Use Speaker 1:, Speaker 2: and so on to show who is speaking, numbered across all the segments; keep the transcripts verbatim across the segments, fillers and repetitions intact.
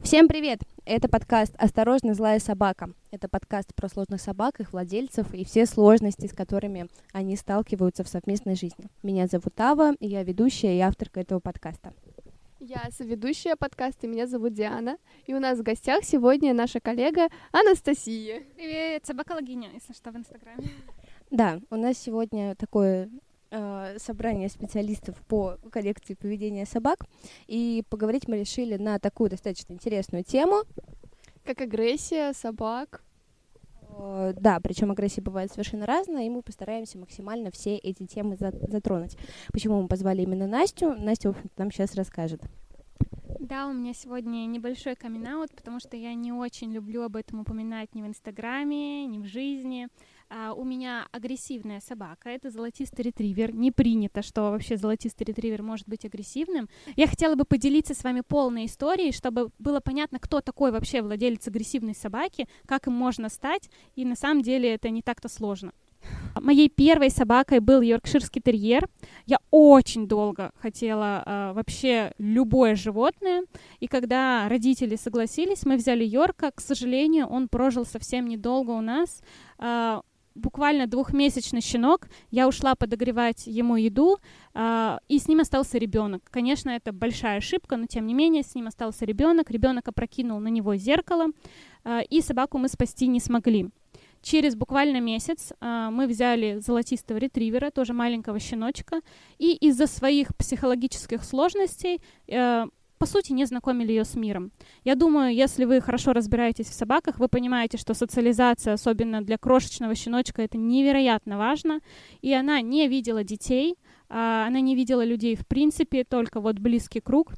Speaker 1: Всем привет! Это подкаст «Осторожно, злая собака». Это подкаст про сложных собак, их владельцев и все сложности, с которыми они сталкиваются в совместной жизни. Меня зовут Ава, и я ведущая и авторка этого подкаста.
Speaker 2: Я соведущая подкаста, меня зовут Диана. И у нас в гостях сегодня наша коллега Анастасия.
Speaker 3: Привет, собака-логиня, если что, в Инстаграме.
Speaker 1: Да, у нас сегодня такое э, собрание специалистов по коллекции поведения собак. И поговорить мы решили на такую достаточно интересную тему.
Speaker 2: Как агрессия собак.
Speaker 1: Э, да, причем агрессия бывает совершенно разная, и мы постараемся максимально все эти темы за- затронуть. Почему мы позвали именно Настю? Настя, в общем-то, нам сейчас расскажет.
Speaker 3: Да, у меня сегодня небольшой камин-аут, потому что я не очень люблю об этом упоминать ни в Инстаграме, ни в жизни. А, у меня агрессивная собака, это золотистый ретривер. Не принято, что вообще золотистый ретривер может быть агрессивным. Я хотела бы поделиться с вами полной историей, чтобы было понятно, кто такой вообще владелец агрессивной собаки, как им можно стать, и на самом деле это не так-то сложно. Моей первой собакой был йоркширский терьер. Я очень долго хотела э, вообще любое животное, и когда родители согласились, мы взяли Йорка. К сожалению, он прожил совсем недолго у нас. Э, буквально двухмесячный щенок. Я ушла подогревать ему еду, э, и с ним остался ребенок. Конечно, это большая ошибка, но тем не менее с ним остался ребенок. Ребенок опрокинул на него зеркало, э, и собаку мы спасти не смогли. Через буквально месяц э, мы взяли золотистого ретривера, тоже маленького щеночка, и из-за своих психологических сложностей, э, по сути, не знакомили ее с миром. Я думаю, если вы хорошо разбираетесь в собаках, вы понимаете, что социализация, особенно для крошечного щеночка, это невероятно важно, и она не видела детей, э, она не видела людей в принципе, только вот близкий круг.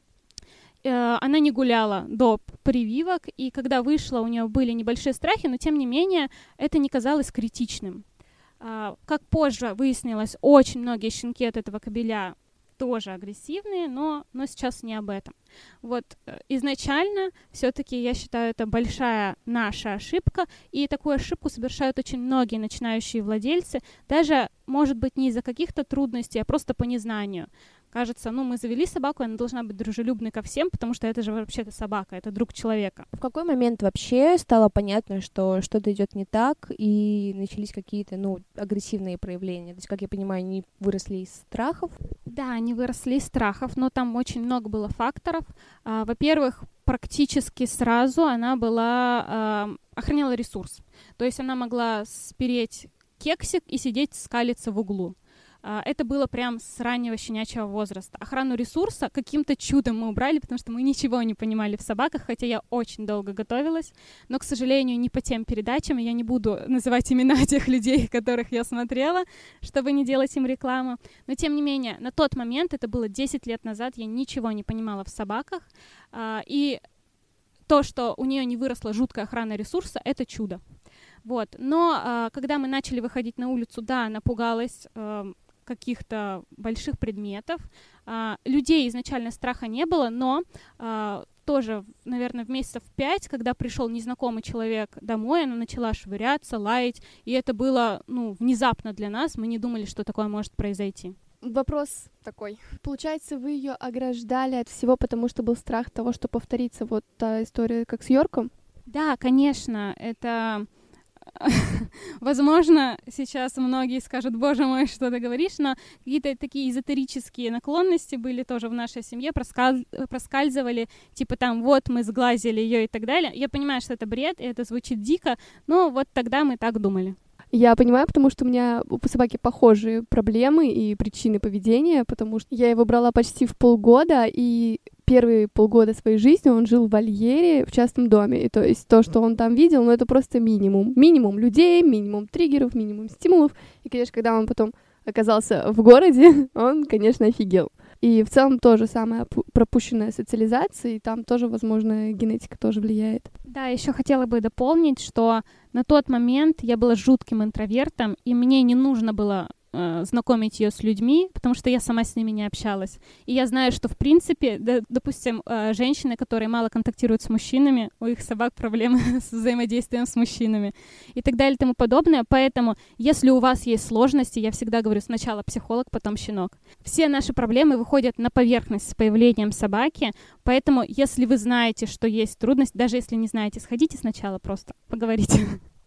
Speaker 3: Она не гуляла до прививок, и когда вышла, у нее были небольшие страхи, но тем не менее это не казалось критичным. Как позже выяснилось, очень многие щенки от этого кобеля тоже агрессивные, но, но сейчас не об этом. Вот изначально все-таки я считаю, это большая наша ошибка, и такую ошибку совершают очень многие начинающие владельцы, даже, может быть, не из-за каких-то трудностей, а просто по незнанию. Кажется, ну, мы завели собаку, она должна быть дружелюбной ко всем, потому что это же вообще-то собака, это друг человека.
Speaker 1: В какой момент вообще стало понятно, что что-то идет не так, и начались какие-то, ну, агрессивные проявления? То есть, как я понимаю, они выросли из страхов?
Speaker 3: Да, они выросли из страхов, но там очень много было факторов. А, во-первых, практически сразу она была, а, охраняла ресурс. То есть она могла спереть кексик и сидеть, скалиться в углу. Это было прям с раннего щенячьего возраста. Охрану ресурса каким-то чудом мы убрали, потому что мы ничего не понимали в собаках, хотя я очень долго готовилась, но, к сожалению, не по тем передачам, и я не буду называть имена тех людей, которых я смотрела, чтобы не делать им рекламу. Но, тем не менее, на тот момент, это было десять лет назад, я ничего не понимала в собаках, и то, что у нее не выросла жуткая охрана ресурса, это чудо. Вот. Но когда мы начали выходить на улицу, да, она пугалась каких-то больших предметов. А, людей изначально страха не было, но а, тоже, наверное, в месяцев пять, когда пришел незнакомый человек домой, она начала швыряться, лаять, и это было, ну, внезапно для нас, мы не думали, что такое может произойти.
Speaker 2: Вопрос такой. Получается, вы ее ограждали от всего, потому что был страх того, что повторится вот та история, как с Йорком?
Speaker 3: Да, конечно, это... Возможно, сейчас многие скажут: боже мой, что ты говоришь, но какие-то такие эзотерические наклонности были тоже в нашей семье, проскаль... проскальзывали, типа там, вот мы сглазили ее и так далее. Я понимаю, что это бред, и это звучит дико, но вот тогда мы так думали.
Speaker 2: Я понимаю, потому что у меня у собаки похожие проблемы и причины поведения, потому что я его брала почти в полгода, и первые полгода своей жизни он жил в вольере в частном доме. И то есть то, что он там видел, ну, это просто минимум. Минимум людей, минимум триггеров, минимум стимулов. И, конечно, когда он потом оказался в городе, он, конечно, офигел. И в целом тоже самая пропущенная социализация, и там тоже, возможно, генетика тоже влияет.
Speaker 3: Да, еще хотела бы дополнить, что на тот момент я была жутким интровертом, и мне не нужно было э, знакомить ее с людьми, потому что я сама с ними не общалась. И я знаю, что, в принципе, да, допустим, э, женщины, которые мало контактируют с мужчинами, у их собак проблемы с взаимодействием с мужчинами и так далее и тому подобное. Поэтому, если у вас есть сложности, я всегда говорю, сначала психолог, потом щенок. Все наши проблемы выходят на поверхность с появлением собаки, поэтому, если вы знаете, что есть трудность, даже если не знаете, сходите сначала просто, поговорите.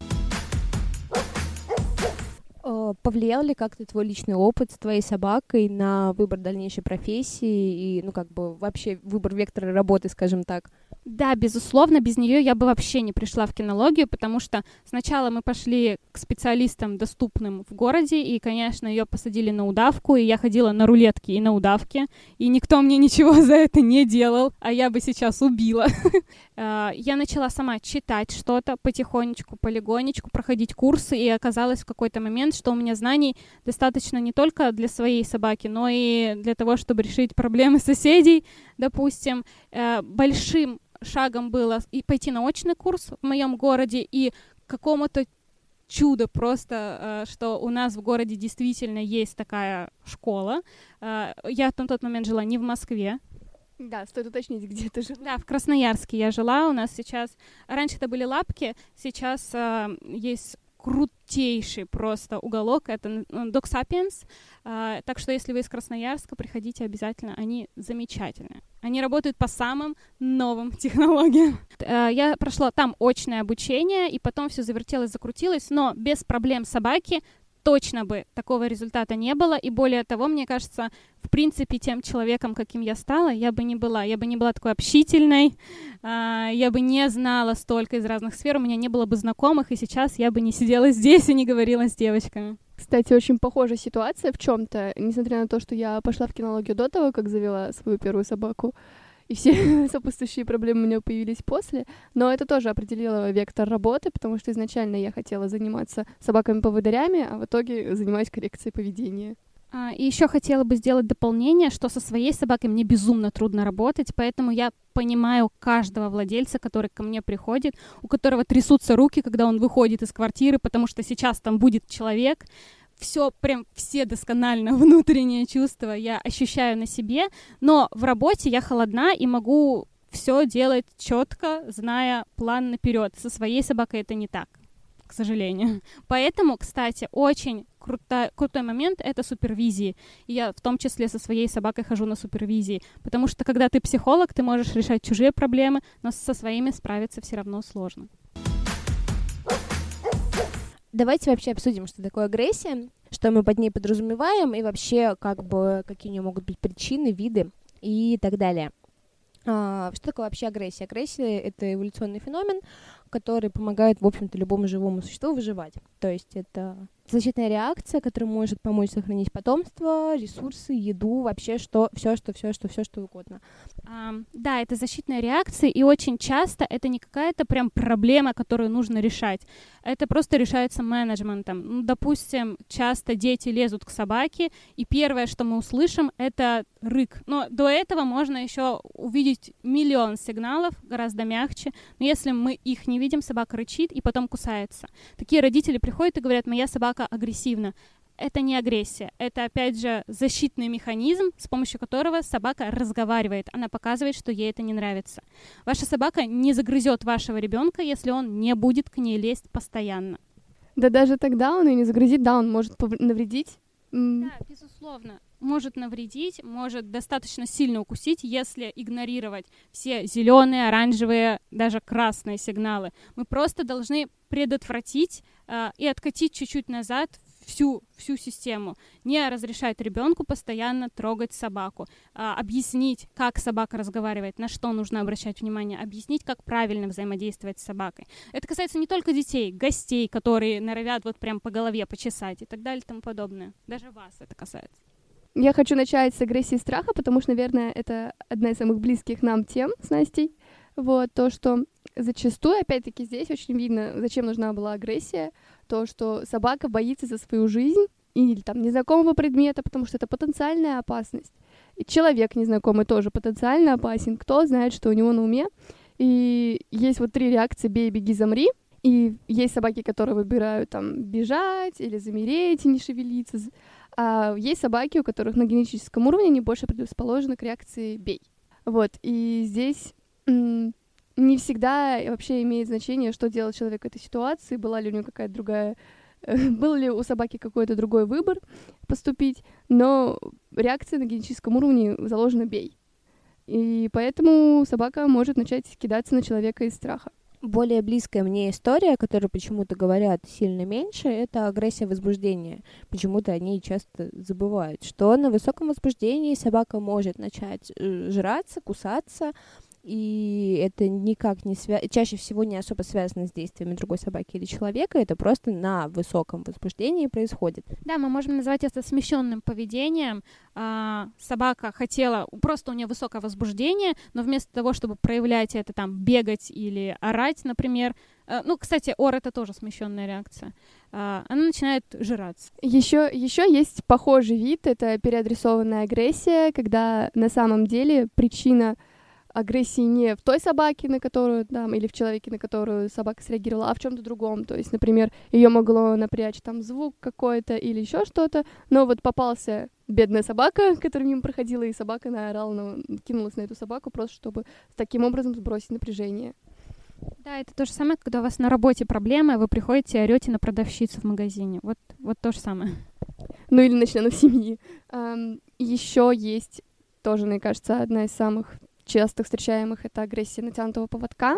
Speaker 1: Повлиял ли как-то твой личный опыт с твоей собакой на выбор дальнейшей профессии и, ну, как бы вообще выбор вектора работы, скажем так?
Speaker 3: Да, безусловно, без нее я бы вообще не пришла в кинологию, потому что сначала мы пошли к специалистам, доступным в городе, и, конечно, ее посадили на удавку, и я ходила на рулетки и на удавке, и никто мне ничего за это не делал, а я бы сейчас убила. Я начала сама читать что-то потихонечку, полигонечку, проходить курсы, и оказалось в какой-то момент, что у меня знаний достаточно не только для своей собаки, но и для того, чтобы решить проблемы соседей, допустим. Большим шагом было и пойти на очный курс в моем городе, и какому-то чудо просто, что у нас в городе действительно есть такая школа. Я на тот момент жила не в Москве.
Speaker 2: Да, стоит уточнить, где ты жила.
Speaker 3: Да, в Красноярске я жила. У нас сейчас... Раньше это были лапки, сейчас есть крутейший просто уголок, это Dog Sapiens, uh, так что если вы из Красноярска, приходите обязательно, они замечательные. Они работают по самым новым технологиям. Uh, я прошла там очное обучение, и потом все завертелось, закрутилось, но без проблем собаки точно бы такого результата не было, и более того, мне кажется, в принципе, тем человеком, каким я стала, я бы не была. Я бы не была такой общительной, э, я бы не знала столько из разных сфер, у меня не было бы знакомых, и сейчас я бы не сидела здесь и не говорила с девочками.
Speaker 2: Кстати, очень похожая ситуация в чем-то, несмотря на то, что я пошла в кинологию до того, как завела свою первую собаку, и все сопутствующие проблемы у меня появились после, но это тоже определило вектор работы, потому что изначально я хотела заниматься собаками-поводырями, а в итоге занимаюсь коррекцией поведения.
Speaker 3: А, и еще хотела бы сделать дополнение, что со своей собакой мне безумно трудно работать, поэтому я понимаю каждого владельца, который ко мне приходит, у которого трясутся руки, когда он выходит из квартиры, потому что сейчас там будет человек. Все, прям все досконально внутренние чувства я ощущаю на себе, но в работе я холодна и могу все делать четко, зная план наперед. Со своей собакой это не так, к сожалению. Поэтому, кстати, очень крутой, крутой момент — это супервизии. И я в том числе со своей собакой хожу на супервизии, потому что когда ты психолог, ты можешь решать чужие проблемы, но со своими справиться все равно сложно.
Speaker 1: Давайте вообще обсудим, что такое агрессия, что мы под ней подразумеваем, и вообще, как бы, какие у нее могут быть причины, виды и так далее. А, что такое вообще агрессия? Агрессия — это эволюционный феномен, который помогает, в общем-то, любому живому существу выживать. То есть это защитная реакция, которая может помочь сохранить потомство, ресурсы, еду, вообще что, все, что, все, что, все, что угодно.
Speaker 3: Um, да, это защитная реакция, и очень часто это не какая-то прям проблема, которую нужно решать. Это просто решается менеджментом. Ну, допустим, часто дети лезут к собаке, и первое, что мы услышим, это рык. Но до этого можно еще увидеть миллион сигналов, гораздо мягче. Но если мы их не видим, собака рычит и потом кусается. Такие родители приходят и говорят: моя собака агрессивна. Это не агрессия, это, опять же, защитный механизм, с помощью которого собака разговаривает. Она показывает, что ей это не нравится. Ваша собака не загрызет вашего ребенка, если он не будет к ней лезть постоянно.
Speaker 2: Да даже тогда он ее не загрызет, да, он может навредить.
Speaker 3: Да, безусловно. Может навредить, может достаточно сильно укусить, если игнорировать все зеленые, оранжевые, даже красные сигналы. Мы просто должны предотвратить э, и откатить чуть-чуть назад всю, всю систему. Не разрешать ребенку постоянно трогать собаку. А, объяснить, как собака разговаривает, на что нужно обращать внимание. Объяснить, как правильно взаимодействовать с собакой. Это касается не только детей, гостей, которые норовят вот прям по голове почесать и так далее и тому подобное. Даже вас это касается.
Speaker 2: Я хочу начать с агрессии и страха, потому что, наверное, это одна из самых близких нам тем с Настей. Вот, то, что зачастую, опять-таки, здесь очень видно, зачем нужна была агрессия, то, что собака боится за свою жизнь или там незнакомого предмета, потому что это потенциальная опасность. И человек незнакомый тоже потенциально опасен, кто знает, что у него на уме. И есть вот три реакции: бей, беги, замри. И есть собаки, которые выбирают там бежать или замереть и не шевелиться. А есть собаки, у которых на генетическом уровне они больше предрасположены к реакции «бей». Вот, и здесь м- не всегда вообще имеет значение, что делал человек в этой ситуации, была ли у него какая-то другая... был ли у собаки какой-то другой выбор поступить, но реакция на генетическом уровне заложена «бей». И поэтому собака может начать кидаться на человека из страха.
Speaker 1: Более близкая мне история, которую почему-то говорят сильно меньше, это агрессия возбуждения. Почему-то они часто забывают, что на высоком возбуждении собака может начать жраться, кусаться, и это никак не свя... чаще всего не особо связано с действиями другой собаки или человека, это просто на высоком возбуждении происходит.
Speaker 3: Да, мы можем назвать это смещенным поведением. А, собака хотела, просто у нее высокое возбуждение, но вместо того, чтобы проявлять это, там, бегать или орать, например, а, ну, кстати, ор — это тоже смещенная реакция, а, она начинает жраться.
Speaker 2: Еще, еще есть похожий вид, это переадресованная агрессия, когда на самом деле причина агрессии не в той собаке, на которую, там, или в человеке, на которую собака среагировала, а в чем-то другом. То есть, например, ее могло напрячь там звук какой-то или еще что-то, но вот попался бедная собака, которая мимо проходила, и собака наорала, на, кинулась на эту собаку просто, чтобы таким образом сбросить напряжение.
Speaker 3: Да, это то же самое, когда у вас на работе проблемы, а вы приходите и орете на продавщицу в магазине. Вот, вот то же самое.
Speaker 2: Ну или на членов семьи. Um, еще есть тоже, мне кажется, одна из самых часто встречаемых — это агрессия натянутого поводка.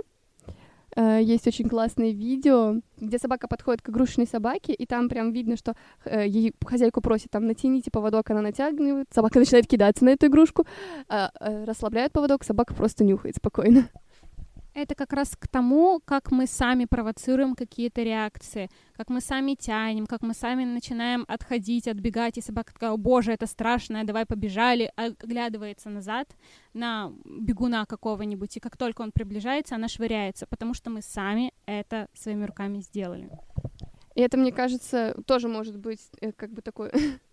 Speaker 2: Uh, есть очень классное видео, где собака подходит к игрушечной собаке, и там прям видно, что uh, ей хозяйку просит там: натяните поводок, она натягивает, собака начинает кидаться на эту игрушку, uh, uh, расслабляет поводок, собака просто нюхает спокойно.
Speaker 3: Это как раз к тому, как мы сами провоцируем какие-то реакции, как мы сами тянем, как мы сами начинаем отходить, отбегать, и собака такая: «О боже, это страшно, давай побежали», оглядывается назад на бегуна какого-нибудь, и как только он приближается, она швыряется, потому что мы сами это своими руками сделали.
Speaker 2: И это, мне кажется, тоже может быть как бы такой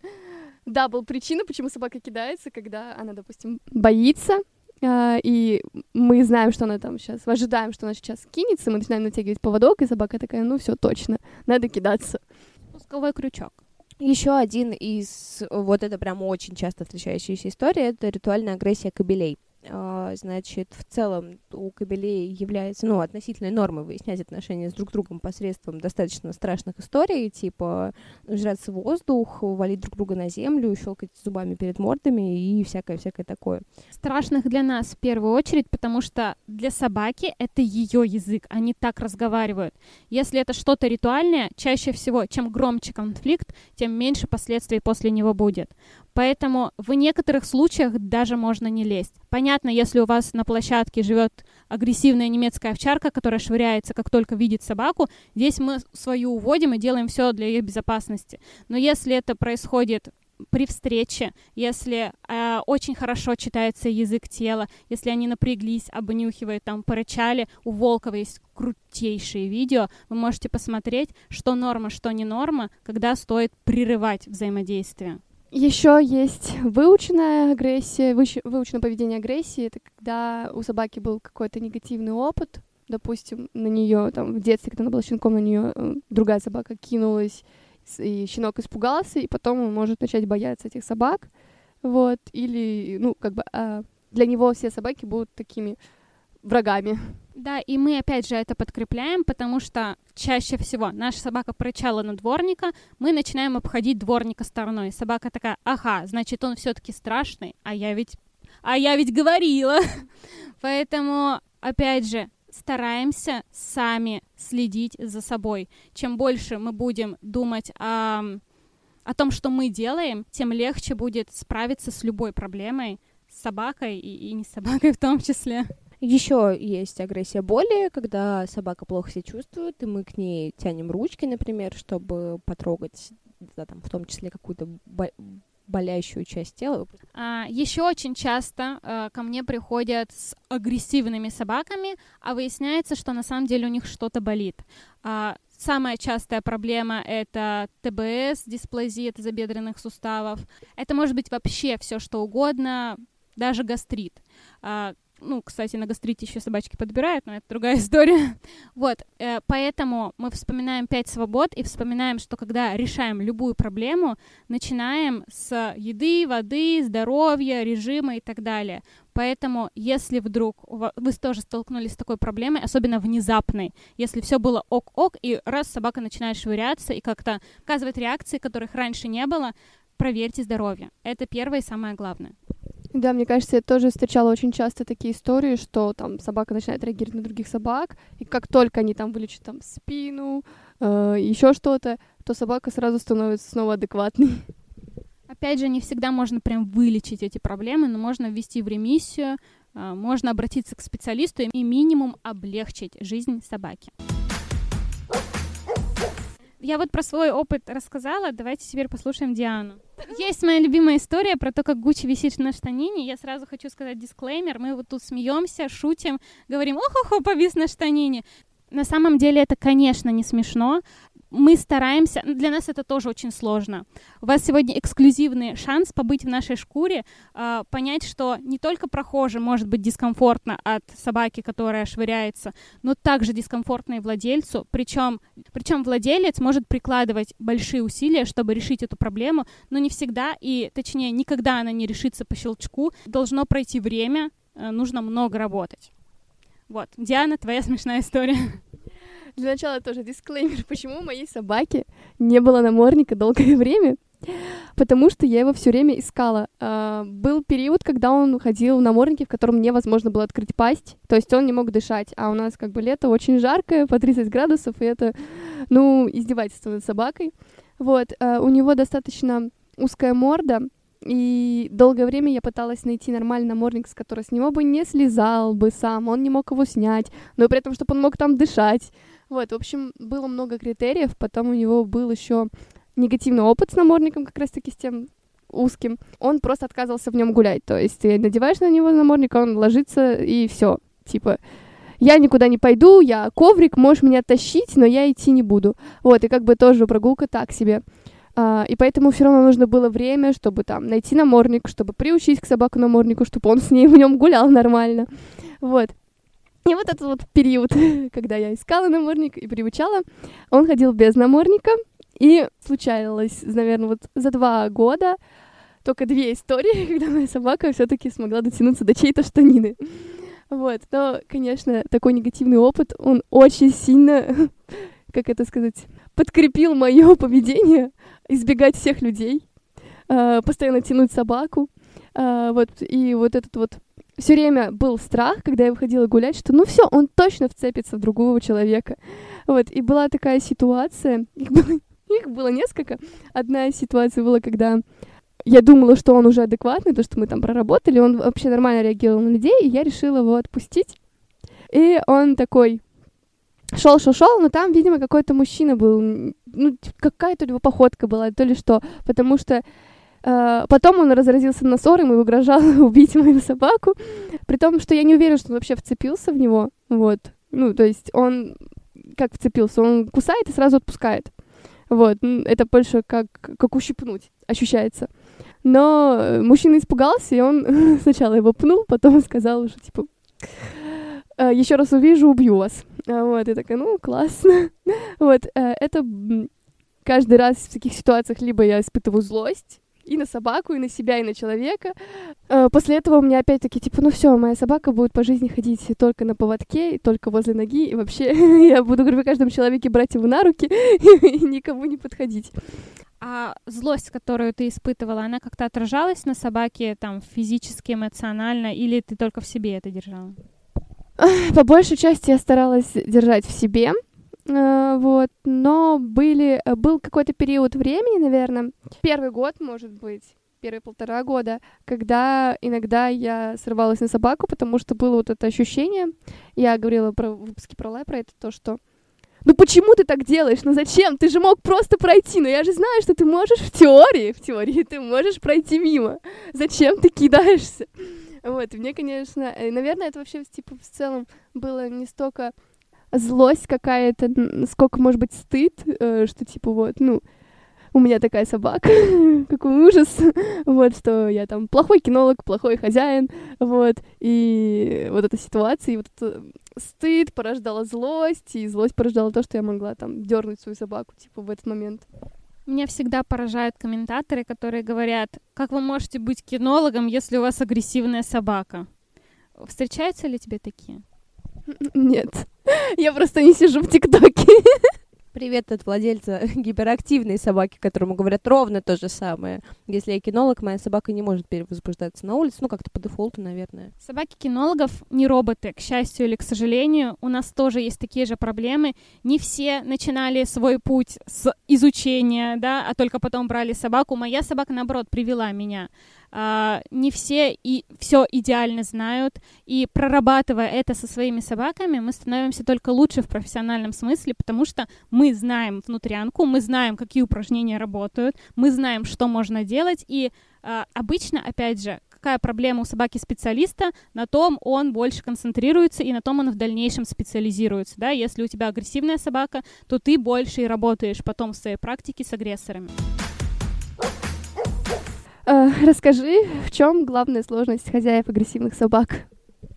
Speaker 2: дабл причина, почему собака кидается, когда она, допустим, боится, Uh, и мы знаем, что она там сейчас, ожидаем, что она сейчас кинется, мы начинаем натягивать поводок, и собака такая: ну все, точно, надо кидаться.
Speaker 3: Спусковой крючок.
Speaker 1: Еще один из, вот это прям очень часто встречающаяся история, это ритуальная агрессия кобелей. Значит, в целом у кобелей является, ну, относительной нормой выяснять отношения с друг другом посредством достаточно страшных историй, типа жраться в воздух, валить друг друга на землю, щелкать зубами перед мордами и всякое-всякое такое.
Speaker 3: Страшных для нас в первую очередь, потому что для собаки это ее язык, они так разговаривают. Если это что-то ритуальное, чаще всего, чем громче конфликт, тем меньше последствий после него будет. Поэтому в некоторых случаях даже можно не лезть. Понятно, если у вас на площадке живет агрессивная немецкая овчарка, которая швыряется, как только видит собаку, здесь мы свою уводим и делаем все для ее безопасности. Но если это происходит при встрече, если э, очень хорошо читается язык тела, если они напряглись, обнюхивают, там, порычали, у Волкова есть крутейшие видео, вы можете посмотреть, что норма, что не норма, когда стоит прерывать взаимодействие.
Speaker 2: Еще есть выученная агрессия, выученное поведение агрессии. Это когда у собаки был какой-то негативный опыт, допустим, на нее там в детстве, когда она была щенком, на нее другая собака кинулась, и щенок испугался, и потом он может начать бояться этих собак, вот, или, ну, как бы а для него все собаки будут такими врагами.
Speaker 3: Да, и мы опять же это подкрепляем, потому что чаще всего наша собака порычала на дворника, мы начинаем обходить дворника стороной. Собака такая: ага, значит, он все-таки страшный, а я ведь, а я ведь говорила. Поэтому, опять же, стараемся сами следить за собой. Чем больше мы будем думать о, о том, что мы делаем, тем легче будет справиться с любой проблемой, с собакой и, и не с собакой в том числе.
Speaker 1: Еще есть агрессия боли, когда собака плохо себя чувствует, и мы к ней тянем ручки, например, чтобы потрогать, да, там, в том числе какую-то бо- болящую часть тела.
Speaker 3: А, еще очень часто а, ко мне приходят с агрессивными собаками, а выясняется, что на самом деле у них что-то болит. А, самая частая проблема — это тэ бэ эс, дисплазия тазобедренных суставов. Это может быть вообще все что угодно, даже гастрит. А, Ну, кстати, на гастрите еще собачки подбирают, но это другая история. Вот, э, поэтому мы вспоминаем пять свобод и вспоминаем, что когда решаем любую проблему, начинаем с еды, воды, здоровья, режима и так далее. Поэтому, если вдруг вы тоже столкнулись с такой проблемой, особенно внезапной, если все было ок-ок, и раз собака начинает швыряться и как-то показывать реакции, которых раньше не было, проверьте здоровье. Это первое и самое главное.
Speaker 2: Да, мне кажется, я тоже встречала очень часто такие истории, что там собака начинает реагировать на других собак, и как только они там вылечат там спину, э, еще что-то, то собака сразу становится снова адекватной.
Speaker 3: Опять же, не всегда можно прям вылечить эти проблемы, но можно ввести в ремиссию, э, можно обратиться к специалисту и минимум облегчить жизнь собаки. Я вот про свой опыт рассказала, давайте теперь послушаем Диану. Есть моя любимая история про то, как Гуччи висит на штанине. Я сразу хочу сказать дисклеймер. Мы вот тут смеемся, шутим, говорим «Ох-охо, повис на штанине». На самом деле это, конечно, не смешно. Мы стараемся, для нас это тоже очень сложно. У вас сегодня эксклюзивный шанс побыть в нашей шкуре, э, понять, что не только прохожим может быть дискомфортно от собаки, которая швыряется, но также дискомфортно и владельцу. Причем, причем владелец может прикладывать большие усилия, чтобы решить эту проблему, но не всегда, и точнее, никогда она не решится по щелчку. Должно пройти время, э, нужно много работать. Вот, Диана, твоя смешная история.
Speaker 2: Для начала тоже дисклеймер, почему у моей собаки не было намордника долгое время, потому что я его все время искала. Uh, был период, когда он ходил в наморднике, в котором невозможно было открыть пасть, то есть он не мог дышать, а у нас как бы лето очень жаркое, по тридцать градусов, и это, ну, издевательство над собакой. Вот, uh, у него достаточно узкая морда, и долгое время я пыталась найти нормальный намордник, с которого с него бы не слезал бы сам, он не мог его снять, но при этом, чтобы он мог там дышать. Вот, в общем, было много критериев, потом у него был еще негативный опыт с намордником, как раз-таки с тем узким. Он просто отказывался в нем гулять, то есть ты надеваешь на него намордник, он ложится, и все, типа, я никуда не пойду, я коврик, можешь меня тащить, но я идти не буду. Вот, и как бы тоже прогулка так себе. Uh, и поэтому все равно нужно было время, чтобы там найти намордник, чтобы приучить к собаку наморднику, чтобы он с ней в нем гулял нормально. Вот. И вот этот вот период, когда я искала намордник и приучала, он ходил без намордника. И случалось, наверное, вот за два года только две истории, когда моя собака все-таки смогла дотянуться до чьей-то штанины. Вот. Но, конечно, такой негативный опыт, он очень сильно, как это сказать, подкрепил мое поведение, избегать всех людей, э, постоянно тянуть собаку. Э, вот, и вот этот вот все время был страх, когда я выходила гулять, что ну все, он точно вцепится в другого человека. Вот, и была такая ситуация, их было, их было несколько. Одна ситуация была, когда я думала, что он уже адекватный, то, что мы там проработали, он вообще нормально реагировал на людей, и я решила его отпустить. И он такой шел, шел, шел, но там, видимо, какой-то мужчина был, ну, какая-то у него походка была, то ли что, потому что э, потом он разразился на ссоры и угрожал убить мою собаку, при том, что я не уверена, что он вообще вцепился в него, вот, ну, то есть он как вцепился, он кусает и сразу отпускает, вот, это больше как, как ущипнуть ощущается, но мужчина испугался, и он сначала его пнул, потом сказал уже, типа, еще раз увижу, убью вас. Вот, и такая, ну, классно. Вот, это каждый раз в таких ситуациях либо я испытываю злость и на собаку, и на себя, и на человека. После этого у меня опять-таки, типа, ну все, моя собака будет по жизни ходить только на поводке, и только возле ноги, и вообще я буду при каждом человеке брать его на руки и никому не подходить.
Speaker 3: А злость, которую ты испытывала, она как-то отражалась на собаке, там, физически, эмоционально, или ты только в себе это держала?
Speaker 2: По большей части я старалась держать в себе, э, вот, но были, был какой-то период времени, наверное, первый год, может быть, первые полтора года, когда иногда я срывалась на собаку, потому что было вот это ощущение, я говорила про, в выпуске про Лай, про это, то, что ну почему ты так делаешь, ну зачем, ты же мог просто пройти, но я же знаю, что ты можешь в теории, в теории ты можешь пройти мимо, зачем ты кидаешься? Вот, и мне, конечно, наверное, это вообще, типа, в целом было не столько злость какая-то, сколько, может быть, стыд, что, типа, вот, ну, у меня такая собака, какой ужас, вот, что я там плохой кинолог, плохой хозяин, вот, и вот эта ситуация, и вот это стыд порождала злость, и злость порождала то, что я могла там дернуть свою собаку, типа, в этот момент.
Speaker 3: Меня всегда поражают комментаторы, которые говорят, как вы можете быть кинологом, если у вас агрессивная собака? Встречаются ли тебе такие?
Speaker 2: Нет, я просто не сижу в ТикТоке.
Speaker 1: Привет от владельца гиперактивной собаки, которому говорят ровно то же самое. Если я кинолог, моя собака не может перевозбуждаться на улице, ну как-то по дефолту, наверное.
Speaker 3: Собаки кинологов не роботы, к счастью или к сожалению. У нас тоже есть такие же проблемы. Не все начинали свой путь с изучения, да, а только потом брали собаку. Моя собака, наоборот, привела меня. Uh, не все и все идеально знают, и прорабатывая это со своими собаками, мы становимся только лучше в профессиональном смысле, потому что мы знаем внутрянку, мы знаем, какие упражнения работают, мы знаем, что можно делать, и uh, обычно, опять же, какая проблема у собаки-специалиста, на том он больше концентрируется, и на том он в дальнейшем специализируется, да, если у тебя агрессивная собака, то ты больше и работаешь потом в своей практике с агрессорами.
Speaker 2: Uh, расскажи, в чем главная сложность хозяев агрессивных собак?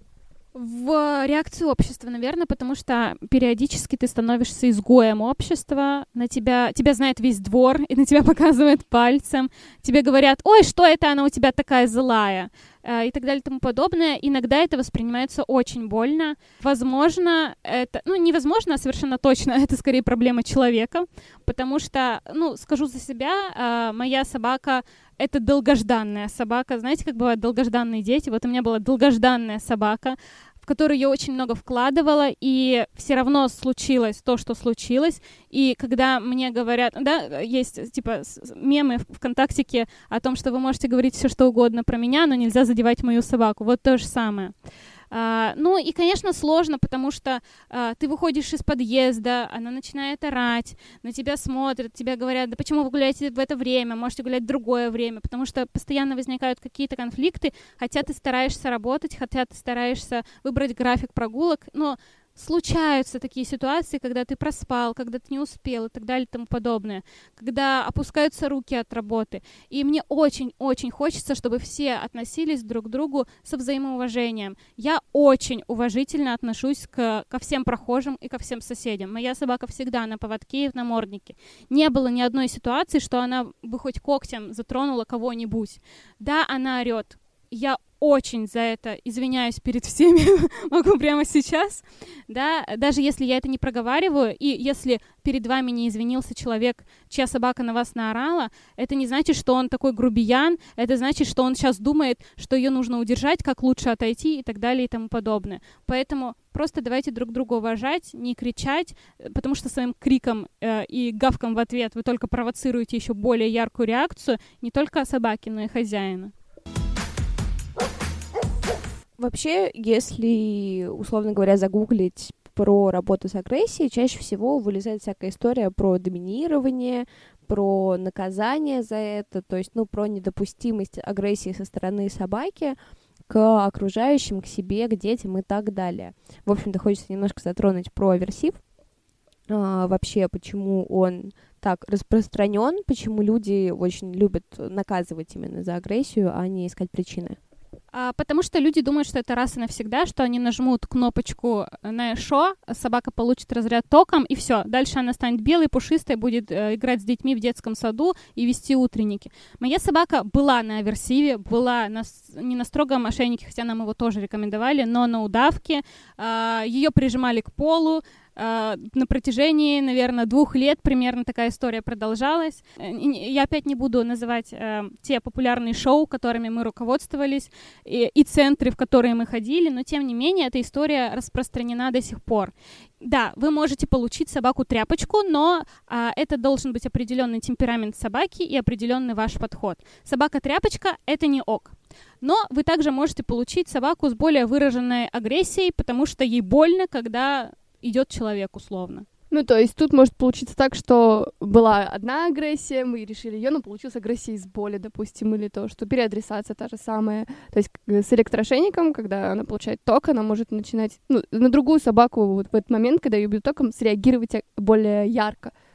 Speaker 3: В реакции общества, наверное, потому что периодически ты становишься изгоем общества, на тебя, тебя знает весь двор, и на тебя показывают пальцем, тебе говорят, ой, что это она у тебя такая злая, и так далее и тому подобное. Иногда это воспринимается очень больно. Возможно, это, ну, невозможно, а совершенно точно, это скорее проблема человека, потому что, ну, скажу за себя, моя собака — это долгожданная собака. Знаете, как бывают долгожданные дети? Вот у меня была долгожданная собака, в которую я очень много вкладывала, и все равно случилось то, что случилось. И когда мне говорят, да, есть типа мемы в ВКонтактике о том, что вы можете говорить все, что угодно про меня, но нельзя задевать мою собаку. Вот то же самое. Uh, ну и, конечно, сложно, потому что uh, ты выходишь из подъезда, она начинает орать, на тебя смотрят, тебе говорят, да почему вы гуляете в это время, можете гулять в другое время, потому что постоянно возникают какие-то конфликты, хотя ты стараешься работать, хотя ты стараешься выбрать график прогулок, но случаются такие ситуации, когда ты проспал, когда ты не успел и так далее и тому подобное, когда опускаются руки от работы. И мне очень-очень хочется, чтобы все относились друг к другу со взаимоуважением. Я очень уважительно отношусь к, ко всем прохожим и ко всем соседям. Моя собака всегда на поводке и в наморднике. Не было ни одной ситуации, что она бы хоть когтем затронула кого-нибудь. Да, она орет. Я очень за это извиняюсь перед всеми, могу прямо сейчас, да, даже если я это не проговариваю, и если перед вами не извинился человек, чья собака на вас наорала, это не значит, что он такой грубиян, это значит, что он сейчас думает, что ее нужно удержать, как лучше отойти и так далее и тому подобное. Поэтому просто давайте друг друга уважать, не кричать, потому что своим криком э, и гавком в ответ вы только провоцируете еще более яркую реакцию не только собаки, но и хозяина.
Speaker 1: Вообще, если, условно говоря, загуглить про работу с агрессией, чаще всего вылезает всякая история про доминирование, про наказание за это, то есть, ну, про недопустимость агрессии со стороны собаки к окружающим, к себе, к детям и так далее. В общем-то, хочется немножко затронуть про аверсив, а, вообще, почему он так распространен, почему люди очень любят наказывать именно за агрессию, а не искать причины.
Speaker 3: А, потому что люди думают, что это раз и навсегда, что они нажмут кнопочку на «шо», собака получит разряд током, и все. Дальше она станет белой, пушистой, будет э, играть с детьми в детском саду и вести утренники. Моя собака была на аверсиве, была на, не на строгом ошейнике, хотя нам его тоже рекомендовали, но на удавке. Э, ее прижимали к полу. На протяжении, наверное, двух лет примерно такая история продолжалась. Я опять не буду называть э, те популярные шоу, которыми мы руководствовались, и, и центры, в которые мы ходили, но, тем не менее, эта история распространена до сих пор. Да, вы можете получить собаку-тряпочку, но а, это должен быть определенный темперамент собаки и определенный ваш подход. Собака-тряпочка — это не ок. Но вы также можете получить собаку с более выраженной агрессией, потому что ей больно, когда идет человек, условно.
Speaker 2: Ну, то есть тут может получиться так, что была одна агрессия, мы решили ее, но получилась агрессия из боли, допустим, или то, что переадресация та же самая. То есть с электрошейником, когда она получает ток, она может начинать, ну, на другую собаку вот в этот момент, когда ее бьют током, среагировать более ярко.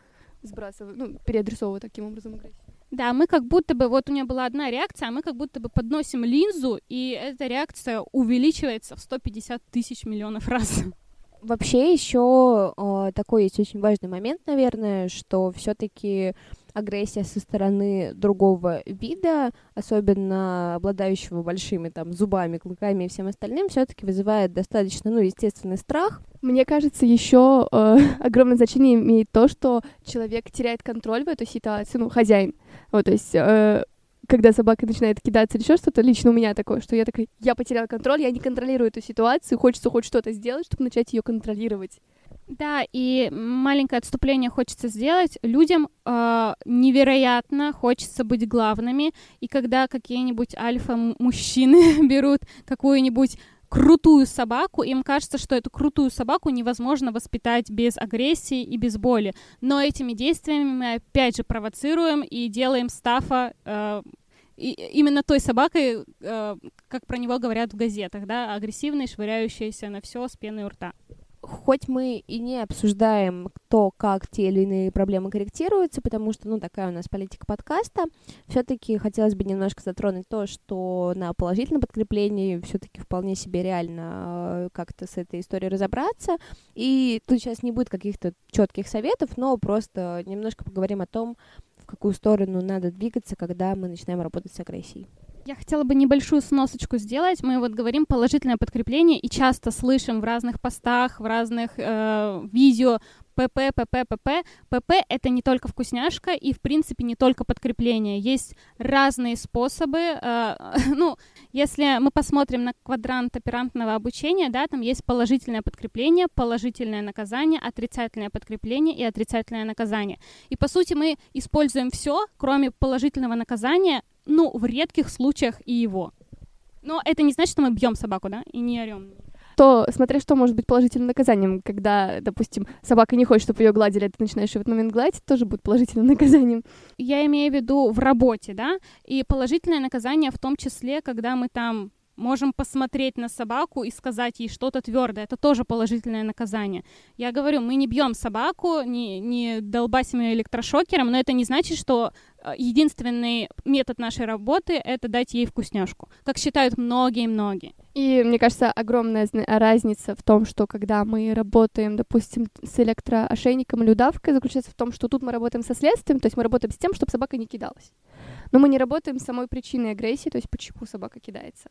Speaker 2: сбрасываю, ну, переадресовываю таким образом агрессию.
Speaker 3: Да, мы как будто бы, вот у меня была одна реакция, а мы как будто бы подносим линзу, и эта реакция увеличивается в сто пятьдесят тысяч миллионов раз.
Speaker 1: Вообще еще э, такой есть очень важный момент, наверное, что все-таки агрессия со стороны другого вида, особенно обладающего большими там зубами, клыками и всем остальным, все-таки вызывает достаточно, ну, естественный страх.
Speaker 2: Мне кажется, еще э, огромное значение имеет то, что человек теряет контроль в эту ситуацию, ну, хозяин. Вот, то есть, э, когда собака начинает кидаться или еще что-то, лично у меня такое, что я такая, я потеряла контроль, я не контролирую эту ситуацию, хочется хоть что-то сделать, чтобы начать ее контролировать.
Speaker 3: Да, и маленькое отступление хочется сделать. Людям э, невероятно хочется быть главными, и когда какие-нибудь альфа-мужчины берут какую-нибудь крутую собаку, им кажется, что эту крутую собаку невозможно воспитать без агрессии и без боли. Но этими действиями мы опять же провоцируем и делаем Стаффа э, и, именно той собакой, э, как про него говорят в газетах, да, агрессивной, швыряющейся на все с пеной у рта.
Speaker 1: Хоть мы и не обсуждаем, кто как те или иные проблемы корректируются, потому что, ну, такая у нас политика подкаста, все-таки хотелось бы немножко затронуть то, что на положительном подкреплении все-таки вполне себе реально как-то с этой историей разобраться. И тут сейчас не будет каких-то четких советов, но просто немножко поговорим о том, в какую сторону надо двигаться, когда мы начинаем работать с агрессией.
Speaker 3: Я хотела бы небольшую сносочку сделать. Мы вот говорим положительное подкрепление и часто слышим в разных постах, в разных э, видео ПП, ПП, ПП. ПП — это не только вкусняшка и, в принципе, не только подкрепление. Есть разные способы. Э, ну, если мы посмотрим на квадрант оперантного обучения, да, там есть положительное подкрепление, положительное наказание, отрицательное подкрепление и отрицательное наказание. И, по сути, мы используем все, кроме положительного наказания, ну, в редких случаях и его. Но это не значит, что мы бьем собаку, да, и не орем.
Speaker 2: То, смотря что может быть положительным наказанием, когда, допустим, собака не хочет, чтобы ее гладили, а ты начинаешь ее в этот момент гладить, тоже будет положительным наказанием.
Speaker 3: Я имею в виду в работе, да, и положительное наказание в том числе, когда мы там можем посмотреть на собаку и сказать ей что-то твердое. Это тоже положительное наказание. Я говорю, мы не бьем собаку, не, не долбасим ее электрошокером, но это не значит, что единственный метод нашей работы — это дать ей вкусняшку, как считают многие-многие.
Speaker 2: И мне кажется, огромная разница в том, что когда мы работаем, допустим, с электроошейником или удавкой, заключается в том, что тут мы работаем со следствием, то есть мы работаем с тем, чтобы собака не кидалась. Но мы не работаем с самой причиной агрессии, то есть почему собака кидается.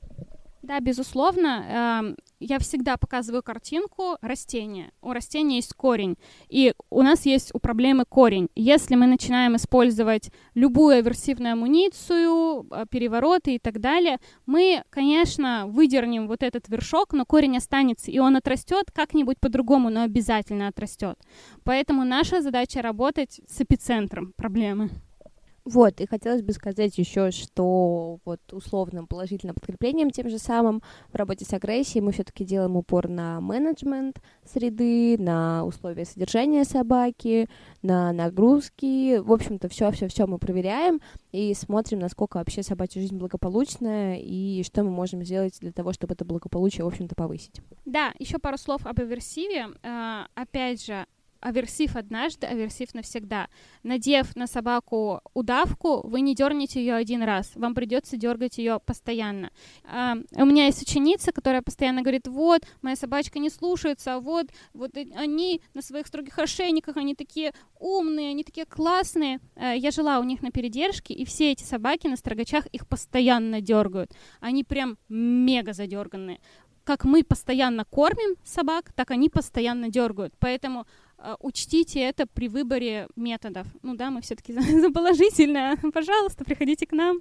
Speaker 3: Да, безусловно. Я всегда показываю картинку растения. У растения есть корень, и у нас есть у проблемы корень. Если мы начинаем использовать любую аверсивную амуницию, перевороты и так далее, мы, конечно, выдернем вот этот вершок, но корень останется, и он отрастет как-нибудь по-другому, но обязательно отрастет. Поэтому наша задача работать с эпицентром проблемы.
Speaker 1: Вот, и хотелось бы сказать еще, что вот условным положительным подкреплением тем же самым в работе с агрессией мы все-таки делаем упор на менеджмент среды, на условия содержания собаки, на нагрузки. В общем-то, все-все-все мы проверяем и смотрим, насколько вообще собачья жизнь благополучная и что мы можем сделать для того, чтобы это благополучие, в общем-то, повысить.
Speaker 3: Да, еще пару слов об аверсиве. Uh, опять же, аверсив однажды, аверсив навсегда. Надев на собаку удавку, вы не дернете ее один раз, вам придется дергать ее постоянно. А, у меня есть ученица, которая постоянно говорит, вот, моя собачка не слушается, вот, вот они на своих строгих ошейниках, они такие умные, они такие классные. А, я жила у них на передержке, и все эти собаки на строгачах их постоянно дергают. Они прям мега задерганные. Как мы постоянно кормим собак, так они постоянно дергают. Поэтому э, учтите это при выборе методов. Ну да, мы все-таки за, за положительное. Пожалуйста, приходите к нам.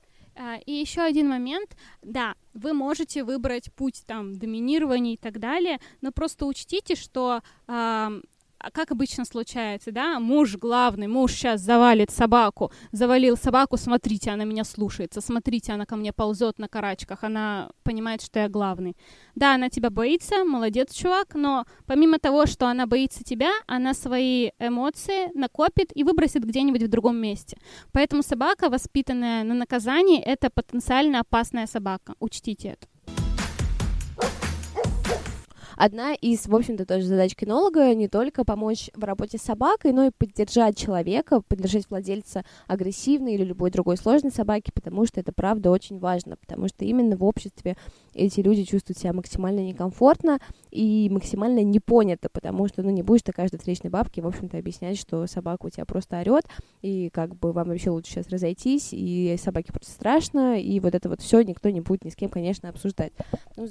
Speaker 3: А, и еще один момент. Да, вы можете выбрать путь там доминирования и так далее, но просто учтите, что... Э, как обычно случается, да, муж главный, муж сейчас завалит собаку, завалил собаку, смотрите, она меня слушается, смотрите, она ко мне ползет на карачках, она понимает, что я главный. Да, она тебя боится, молодец, чувак, но помимо того, что она боится тебя, она свои эмоции накопит и выбросит где-нибудь в другом месте. Поэтому собака, воспитанная на наказании, это потенциально опасная собака, учтите это.
Speaker 1: Одна из, в общем-то, тоже задач кинолога не только помочь в работе с собакой, но и поддержать человека, поддержать владельца агрессивной или любой другой сложной собаки, потому что это, правда, очень важно, потому что именно в обществе эти люди чувствуют себя максимально некомфортно и максимально непонято, потому что, ну, не будешь ты каждой встречной бабке, в общем-то, объяснять, что собака у тебя просто орет, и как бы вам вообще лучше сейчас разойтись, и собаке просто страшно, и вот это вот все никто не будет ни с кем, конечно, обсуждать. Ну,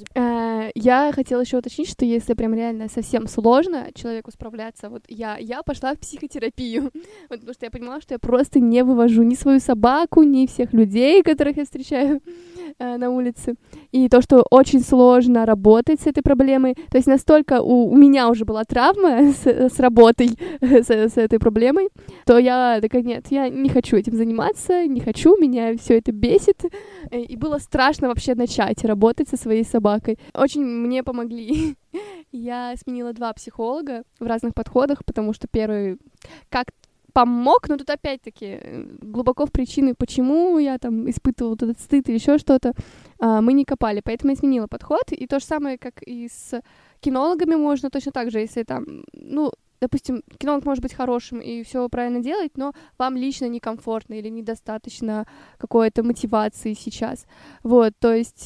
Speaker 2: я хотела еще уточнить, что если прям реально совсем сложно человеку справляться, вот я, я пошла в психотерапию, вот, потому что я понимала, что я просто не вывожу ни свою собаку, ни всех людей, которых я встречаю э, на улице, и то, что очень сложно работать с этой проблемой, то есть настолько у, у меня уже была травма с, с работой с, с этой проблемой, то я такая, нет, я не хочу этим заниматься, не хочу, меня все это бесит, и было страшно вообще начать работать со своей собакой. Очень мне помогли. Я сменила два психолога в разных подходах, потому что первый как помог, но тут опять-таки глубоко в причины, почему я там испытывала вот этот стыд или еще что-то, мы не копали, поэтому я сменила подход, и то же самое, как и с кинологами можно точно так же, если там, ну, допустим, кинолог может быть хорошим и все правильно делать, но вам лично некомфортно или недостаточно какой-то мотивации сейчас, вот, то есть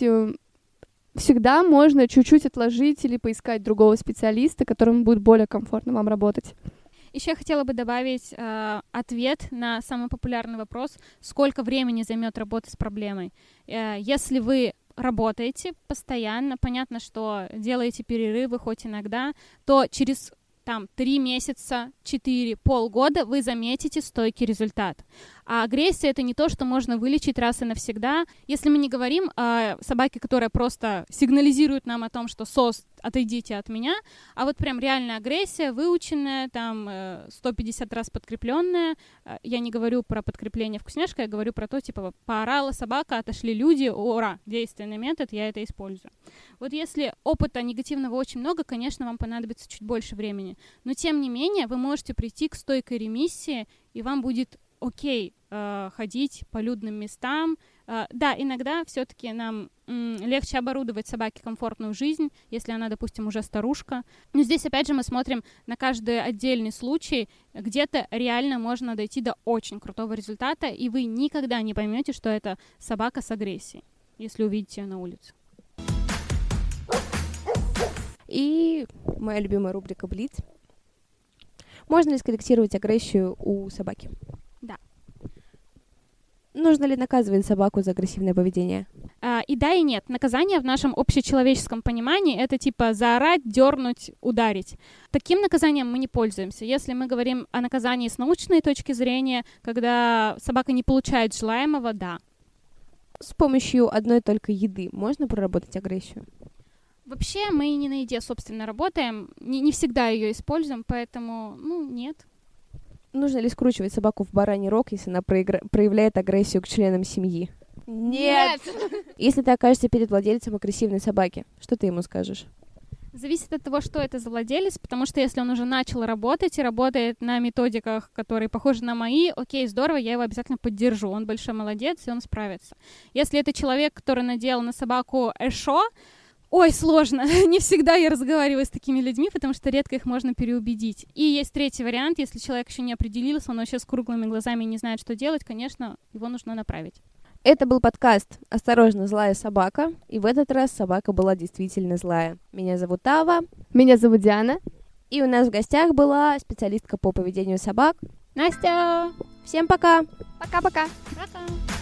Speaker 2: всегда можно чуть-чуть отложить или поискать другого специалиста, которому будет более комфортно вам работать.
Speaker 3: Еще я хотела бы добавить э, ответ на самый популярный вопрос, сколько времени займет работа с проблемой. Э, если вы работаете постоянно, понятно, что делаете перерывы хоть иногда, то через там три месяца, четыре, полгода вы заметите стойкий результат. А агрессия — это не то, что можно вылечить раз и навсегда. Если мы не говорим о собаке, которая просто сигнализирует нам о том, что «сос, отойдите от меня», а вот прям реальная агрессия, выученная, там, сто пятьдесят раз подкрепленная. Я не говорю про подкрепление вкусняшкой, я говорю про то, типа, поорала собака, отошли люди, ура, действенный метод, я это использую. Вот если опыта негативного очень много, конечно, вам понадобится чуть больше времени. Но, тем не менее, вы можете прийти к стойкой ремиссии, и вам будет окей э, ходить по людным местам. Э, да, иногда все-таки нам м, легче оборудовать собаке комфортную жизнь, если она, допустим, уже старушка. Но здесь, опять же, мы смотрим на каждый отдельный случай. Где-то реально можно дойти до очень крутого результата, и вы никогда не поймете, что это собака с агрессией, если увидите ее на улице.
Speaker 1: И моя любимая рубрика «Блиц». Можно ли скорректировать агрессию у собаки?
Speaker 3: Да.
Speaker 1: Нужно ли наказывать собаку за агрессивное поведение?
Speaker 3: А, и да, и нет. Наказание в нашем общечеловеческом понимании — это типа заорать, дернуть, ударить. Таким наказанием мы не пользуемся. Если мы говорим о наказании с научной точки зрения, когда собака не получает желаемого, да.
Speaker 1: С помощью одной только еды можно проработать агрессию?
Speaker 3: Вообще мы не на еде, собственно, работаем, не, не всегда ее используем, поэтому, ну, нет.
Speaker 1: Нужно ли скручивать собаку в бараний рог, если она проигра... проявляет агрессию к членам семьи?
Speaker 3: Нет!
Speaker 1: Если ты окажешься перед владельцем агрессивной собаки, что ты ему скажешь?
Speaker 3: Зависит от того, что это за владелец, потому что если он уже начал работать и работает на методиках, которые похожи на мои, окей, здорово, я его обязательно поддержу, он большой молодец, и он справится. Если это человек, который надел на собаку эшо, ой, сложно. Не всегда я разговариваю с такими людьми, потому что редко их можно переубедить. И есть третий вариант. Если человек еще не определился, он вообще с круглыми глазами не знает, что делать, конечно, его нужно направить.
Speaker 1: Это был подкаст «Осторожно, злая собака». И в этот раз собака была действительно злая. Меня зовут Ава.
Speaker 2: Меня зовут Диана.
Speaker 1: И у нас в гостях была специалистка по поведению собак
Speaker 3: Настя!
Speaker 1: Всем пока!
Speaker 3: Пока-пока! Пока!